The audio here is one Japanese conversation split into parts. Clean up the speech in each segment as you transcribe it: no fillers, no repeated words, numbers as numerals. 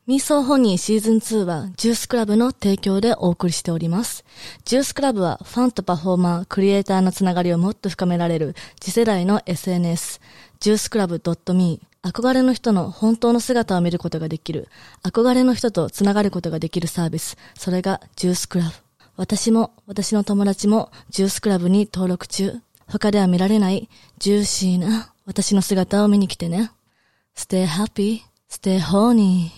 ミーソーホニーシーズン2はジュースクラブの提供でお送りしております。ジュースクラブはファンとパフォーマー、クリエイターのつながりをもっと深められる次世代の SNS、ジュースクラブ .me、憧れの人の本当の姿を見ることができる、憧れの人とつながることができるサービス、それがジュースクラブ。私も私の友達もジュースクラブに登録中。他では見られないジューシーな私の姿を見に来てね。Stay happy, stay horny。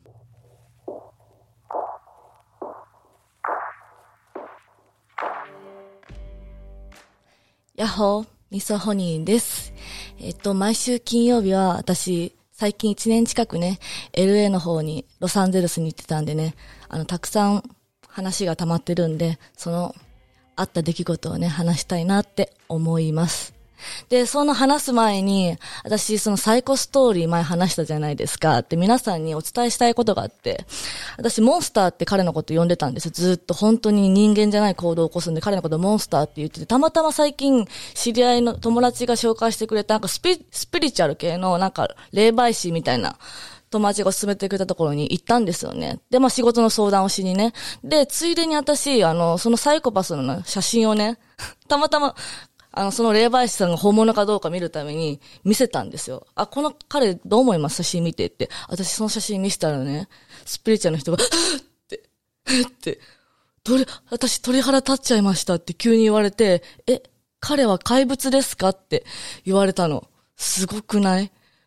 ヤッホー、ミソホニーです。毎週金曜日は私、最近1年近くね、LA の方に、ロサンゼルスに行ってたんでね、たくさん話が溜まってるんで、その、あった出来事をね、話したいなって思います。で、その話す前に、私、そのサイコストーリー前話したじゃないですかって皆さんにお伝えしたいことがあって、私、モンスターって彼のこと呼んでたんですよ。ずっと本当に人間じゃない行動を起こすんで、彼のことモンスターって言ってて、たまたま最近、知り合いの友達が紹介してくれた、スピリチュアル系の、霊媒師みたいな、友達が勧めてくれたところに行ったんですよね。で、仕事の相談をしにね。で、ついでに私、そのサイコパスの写真をね、たまたま、その霊媒師さんが本物かどうか見るために見せたんですよ。この彼どう思います？写真見てって。私その写真見せたらね、スピリチュアルの人が、私鳥肌立っちゃいましたって急に言われて、彼は怪物ですかって言われたの。すごくない？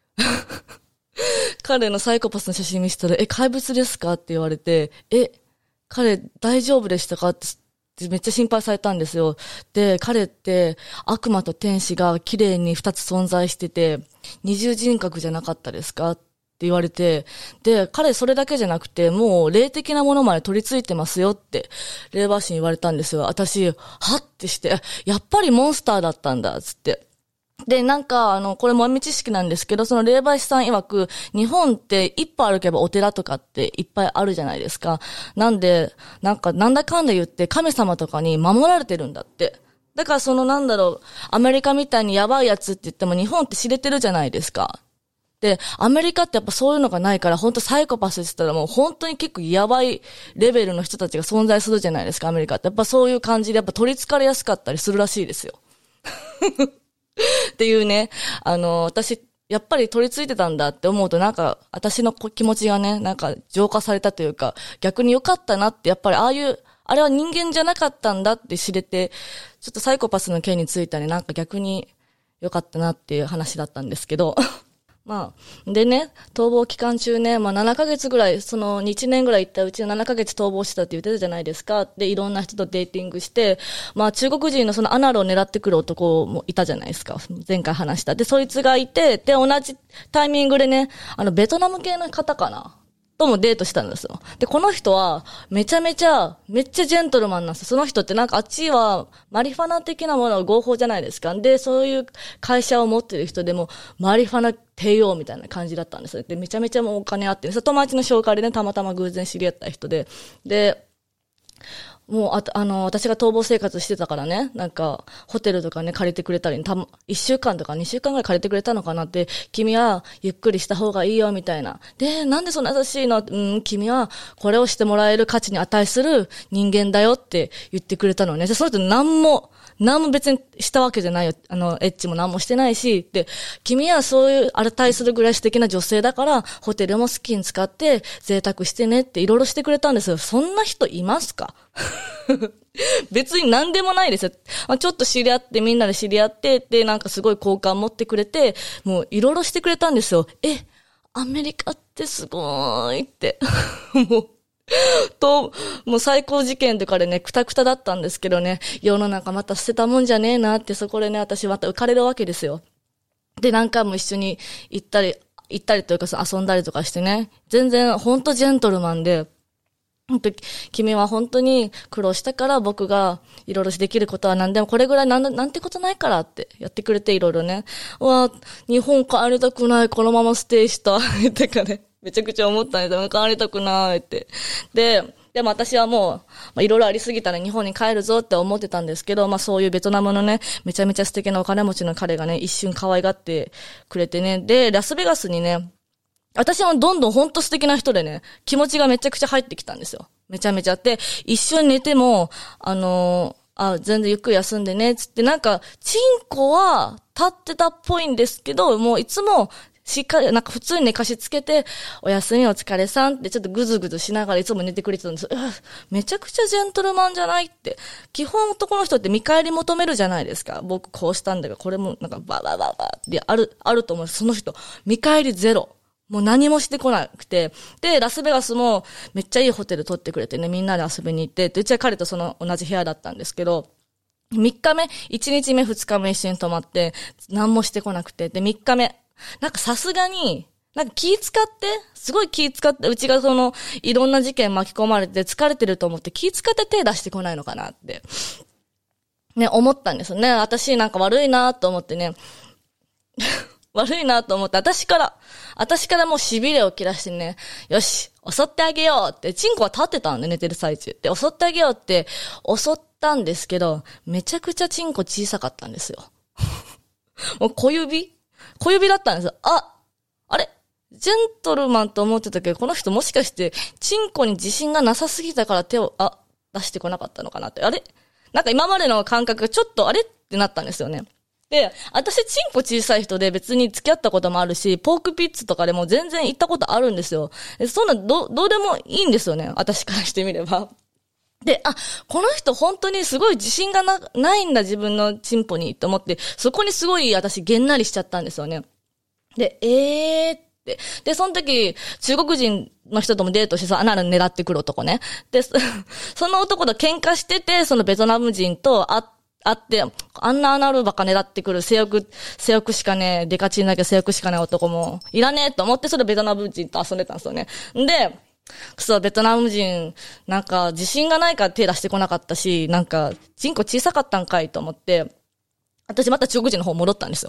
彼のサイコパスの写真見せたら、怪物ですかって言われて、彼大丈夫でしたかってめっちゃ心配されたんですよ。で、彼って悪魔と天使が綺麗に二つ存在してて、二重人格じゃなかったですかって言われて、で、彼それだけじゃなくて、もう霊的なものまで取り付いてますよって、霊媒師に言われたんですよ。私、はってして、やっぱりモンスターだったんだ、つって。で、これ豆知識なんですけど、その霊媒師さん曰く、日本って一歩歩けばお寺とかっていっぱいあるじゃないですか。なんで、なんだかんだ言って神様とかに守られてるんだって。だからアメリカみたいにやばいやつって言っても日本って知れてるじゃないですか。で、アメリカってやっぱそういうのがないから、本当サイコパスって言ったらもう本当に結構やばいレベルの人たちが存在するじゃないですか、アメリカって。やっぱそういう感じでやっぱ取り憑かれやすかったりするらしいですよ。っていうね、私、やっぱり取り付いてたんだって思うと私の気持ちがね、浄化されたというか、逆に良かったなって、やっぱりあれは人間じゃなかったんだって知れて、ちょっとサイコパスの件についてはね、逆に良かったなっていう話だったんですけど、でね、逃亡期間中ね、7ヶ月ぐらい、1年ぐらい行ったうちの7ヶ月逃亡してたって言ってたじゃないですか。で、いろんな人とデーティングして、中国人のそのアナルを狙ってくる男もいたじゃないですか。前回話した。で、そいつがいて、で、同じタイミングでね、ベトナム系の方かなともデートしたんですよ。で、この人は、めっちゃジェントルマンなんですよ。その人ってあっちは、マリファナ的なものは合法じゃないですか。で、そういう会社を持ってる人でも、マリファナ帝王みたいな感じだったんですよ。で、めちゃめちゃもうお金あって、友達の紹介でね、たまたま偶然知り合った人で、もう、私が逃亡生活してたからね、ホテルとかね、借りてくれたり、1週間とか2週間ぐらい借りてくれたのかなって、君はゆっくりした方がいいよ、みたいな。で、なんでそんな優しいの？君はこれをしてもらえる価値に値する人間だよって言ってくれたのね。で、その人何も別にしたわけじゃないよ。エッチも何もしてないし、で、君はそういう値するぐらい素敵な女性だから、ホテルも好きに使って贅沢してねっていろいろしてくれたんですよ。そんな人いますか？別に何でもないですよ。ちょっとみんなで知り合って、で、すごい好感持ってくれて、もういろいろしてくれたんですよ。アメリカってすごいって。もう最高事件とかでね、くたくただったんですけどね、世の中また捨てたもんじゃねえなって、そこでね、私また浮かれるわけですよ。で、何回も一緒に行ったりというか遊んだりとかしてね、全然ほんとジェントルマンで、君は本当に苦労したから僕がいろいろできることは何でもこれぐらいなんてことないからってやってくれていろいろね。日本帰りたくない、このままステイした。ってかね、めちゃくちゃ思ったんですよ。帰りたくないって。でも私はもう、いろいろありすぎたら日本に帰るぞって思ってたんですけど、そういうベトナムのね、めちゃめちゃ素敵なお金持ちの彼がね、一瞬可愛がってくれてね。で、ラスベガスにね、 私はどんどんほんと素敵な人でね、気持ちがめちゃくちゃ入ってきたんですよ。めちゃめちゃ。で、一緒に寝ても、全然ゆっくり休んでね、つってなんか、チンコは立ってたっぽいんですけど、もういつも、しっかり、なんか普通に寝かしつけて、おやすみお疲れさんってちょっとぐずぐずしながらいつも寝てくれてたんですよ。めちゃくちゃジェントルマンじゃないって。基本男の人って見返り求めるじゃないですか。僕こうしたんだが、これもなんかババババってあると思う。その人、見返りゼロ。もう何もしてこなくて。で、ラスベガスもめっちゃいいホテル取ってくれてね、みんなで遊びに行って、で、うちは彼とその同じ部屋だったんですけど、3日目、1日目、2日目一緒に泊まって、何もしてこなくて、で、3日目、なんかさすがに、なんか気使って、すごい気使って、うちがその、いろんな事件巻き込まれて疲れてると思って気使って手出してこないのかなって、ね、思ったんですよね。私なんか悪いなと思ってね、悪いなと思って、私からもう痺れを切らしてね、よし、襲ってあげようって、チンコは立ってたんで寝てる最中。で、襲ってあげようって、襲ったんですけど、めちゃくちゃチンコ小さかったんですよ。もう小指だったんですよ。あれジェントルマンと思ってたけど、この人もしかして、チンコに自信がなさすぎたから手を、出してこなかったのかなって。あれなんか今までの感覚がちょっとあれってなったんですよね。で、私、チンコ小さい人で別に付き合ったこともあるし、ポークピッツとかでも全然行ったことあるんですよ。そんな、どうでもいいんですよね。私からしてみれば。で、この人本当にすごい自信がないんだ、自分のチンポに、と思って、そこにすごい私、げんなりしちゃったんですよね。で、ってで、その時、中国人の人ともデートしてさ、アナル狙ってくる男ね。で、その男と喧嘩してて、そのベトナム人と会って、あんなアナルばっか狙ってくる性欲しかねえ、デカチンだけ性欲しかない男もいらねえと思って、それベトナム人と遊んでたんですよね。で、そう、ベトナム人、なんか自信がないから手出してこなかったし、なんか、チンコ小さかったんかいと思って、私また中国人の方戻ったんですよ。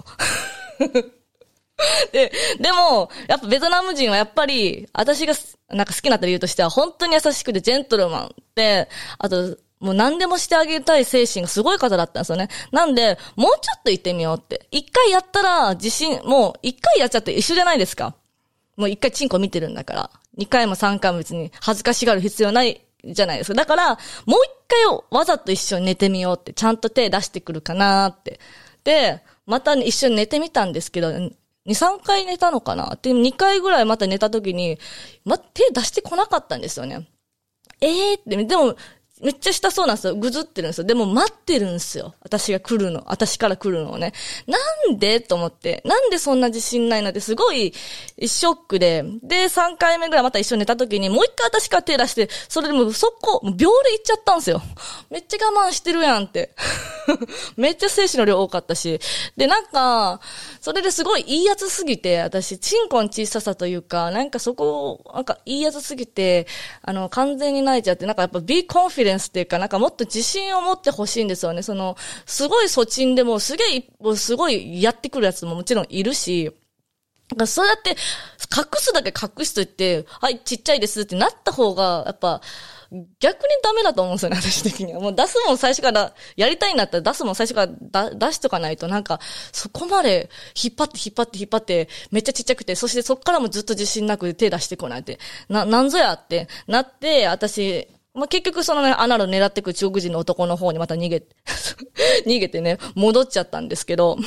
でも、やっぱベトナム人はやっぱり、私がなんか好きになった理由としては、本当に優しくてジェントルマンで、あと、もう何でもしてあげたい精神がすごい方だったんですよね。なんで、もうちょっと行ってみようって。一回やったらもう一回やっちゃって一緒じゃないですか。もう一回チンコ見てるんだから。二回も三回も別に恥ずかしがる必要ないじゃないですか。だから、もう一回わざと一緒に寝てみようって。ちゃんと手出してくるかなって。で、また一緒に寝てみたんですけど、2、3回寝たのかなで、2回ぐらいまた寝た時に、手出してこなかったんですよね。って、でも、めっちゃしたそうなんですよ。ぐずってるんですよ。でも待ってるんですよ。私から来るのをね。なんでと思って。なんでそんな自信ないのってすごいショックで。で、3回目ぐらいまた一緒に寝た時にもう一回私から手出して、それでも秒で行っちゃったんですよ。めっちゃ我慢してるやんって。めっちゃ精子の量多かったし。で、なんか、それですごいいいやつすぎて、私、チンコの小ささというか、なんかそこ、なんかいいやつすぎて、完全に泣いちゃって、なんかやっぱbe confidentっていうか、なんかもっと自信を持ってほしいんですよね。すごい粗沈でもすごいやってくるやつももちろんいるし、なんかそうやって隠すだけ隠しといて、はい、ちっちゃいですってなった方が、やっぱ、逆にダメだと思うんですよね、私的には。もう出すもん最初から、やりたいんだったら出すもん最初から出しとかないと、なんか、そこまで引っ張って、めっちゃちっちゃくて、そしてそっからもずっと自信なく手出してこないって、なんぞやってなって、私、結局そのね、アナル狙ってく中国人の男の方にまた逃げてね、戻っちゃったんですけど、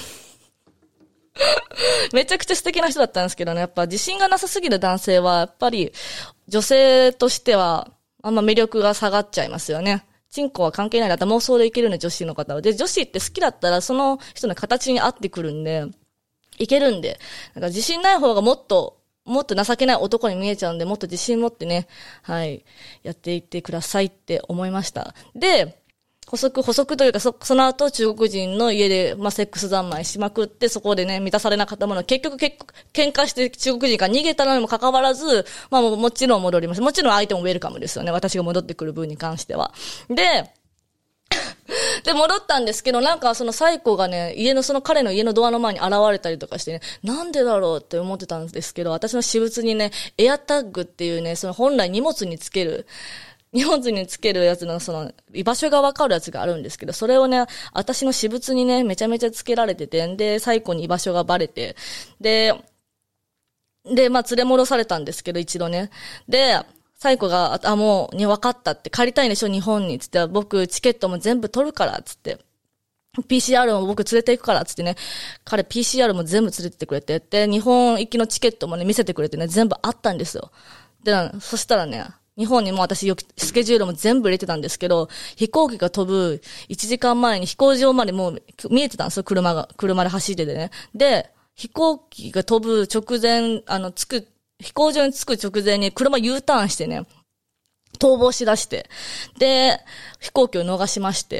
めちゃくちゃ素敵な人だったんですけどね、やっぱ自信がなさすぎる男性は、やっぱり女性としては、あんま魅力が下がっちゃいますよね。チンコは関係ないだったら妄想でいけるね、女子の方は。で、女子って好きだったらその人の形に合ってくるんで、いけるんで、なんか自信ない方がもっと情けない男に見えちゃうんで、もっと自信持ってね、はい、やっていってくださいって思いました。で、補足というか、その後中国人の家で、セックス三昧しまくって、そこでね、満たされなかったもの、結局喧嘩して中国人が逃げたのにもかかわらず、もちろん戻ります。もちろん相手もウェルカムですよね。私が戻ってくる分に関しては。で、戻ったんですけど、なんかそのサイコがね、彼の家のドアの前に現れたりとかしてね、なんでだろうって思ってたんですけど、私の私物にね、エアタッグっていうね、その本来荷物につけるやつの居場所がわかるやつがあるんですけど、それをね、私の私物にね、めちゃめちゃつけられてて、で、サイコに居場所がバレて、で、 で、まあ、連れ戻されたんですけど、一度ね。で、サイコが、もう、分かったって、帰りたいんでしょ、日本に。つって、僕、チケットも全部取るから、つって。PCR も僕連れて行くから、つってね。彼 PCR も全部連れてってくれて。で、日本行きのチケットもね、見せてくれてね、全部あったんですよ。で、そしたらね、日本にも私スケジュールも全部入れてたんですけど、飛行機が飛ぶ1時間前に飛行場までもう見えてたんですよ、車で走っててね。で、飛行機が飛ぶ直前、飛行場に着く直前に車 U ターンしてね、逃亡しだして。で、飛行機を逃しまして。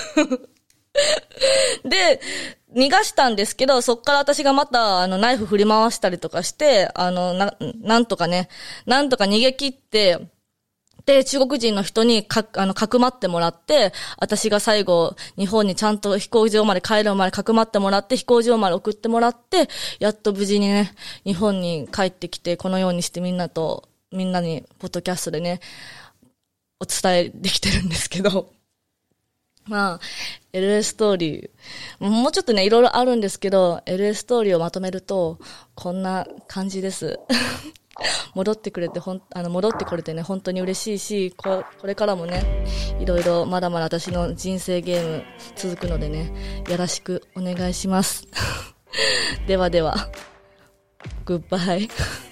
で、逃がしたんですけど、そっから私がまた、ナイフ振り回したりとかして、なんとか逃げ切って、で、中国人の人にかくまってもらって、私が最後、日本にちゃんと飛行場まで帰るまでかくまってもらって、飛行場まで送ってもらって、やっと無事にね、日本に帰ってきて、このようにしてみんなに、ポッドキャストでね、お伝えできてるんですけど。まあ、LA ストーリー。もうちょっとね、いろいろあるんですけど、LA ストーリーをまとめると、こんな感じです。戻ってくれてね、本当に嬉しいし、これからもね、いろいろまだまだ私の人生ゲーム続くのでね、よろしくお願いします。ではでは、グッバイ。